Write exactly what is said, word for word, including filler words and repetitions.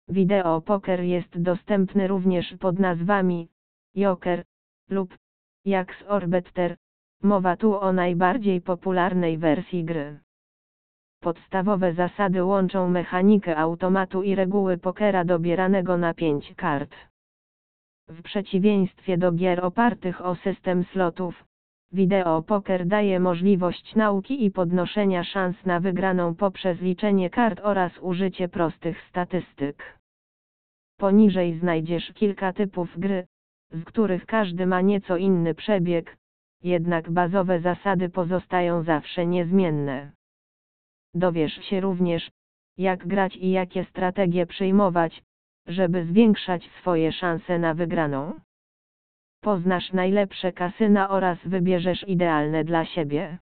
Wideo poker jest dostępny również pod nazwami Joker lub Jax or Better. Mowa tu o najbardziej popularnej wersji gry. Podstawowe zasady łączą mechanikę automatu i reguły pokera dobieranego na pięć kart. W przeciwieństwie do gier opartych o system slotów, wideo poker daje możliwość nauki i podnoszenia szans na wygraną poprzez liczenie kart oraz użycie prostych statystyk. Poniżej znajdziesz kilka typów gry, z których każdy ma nieco inny przebieg, jednak bazowe zasady pozostają zawsze niezmienne. Dowiesz się również, jak grać i jakie strategie przyjmować, żeby zwiększać swoje szanse na wygraną. Poznasz najlepsze kasyna oraz wybierzesz idealne dla siebie.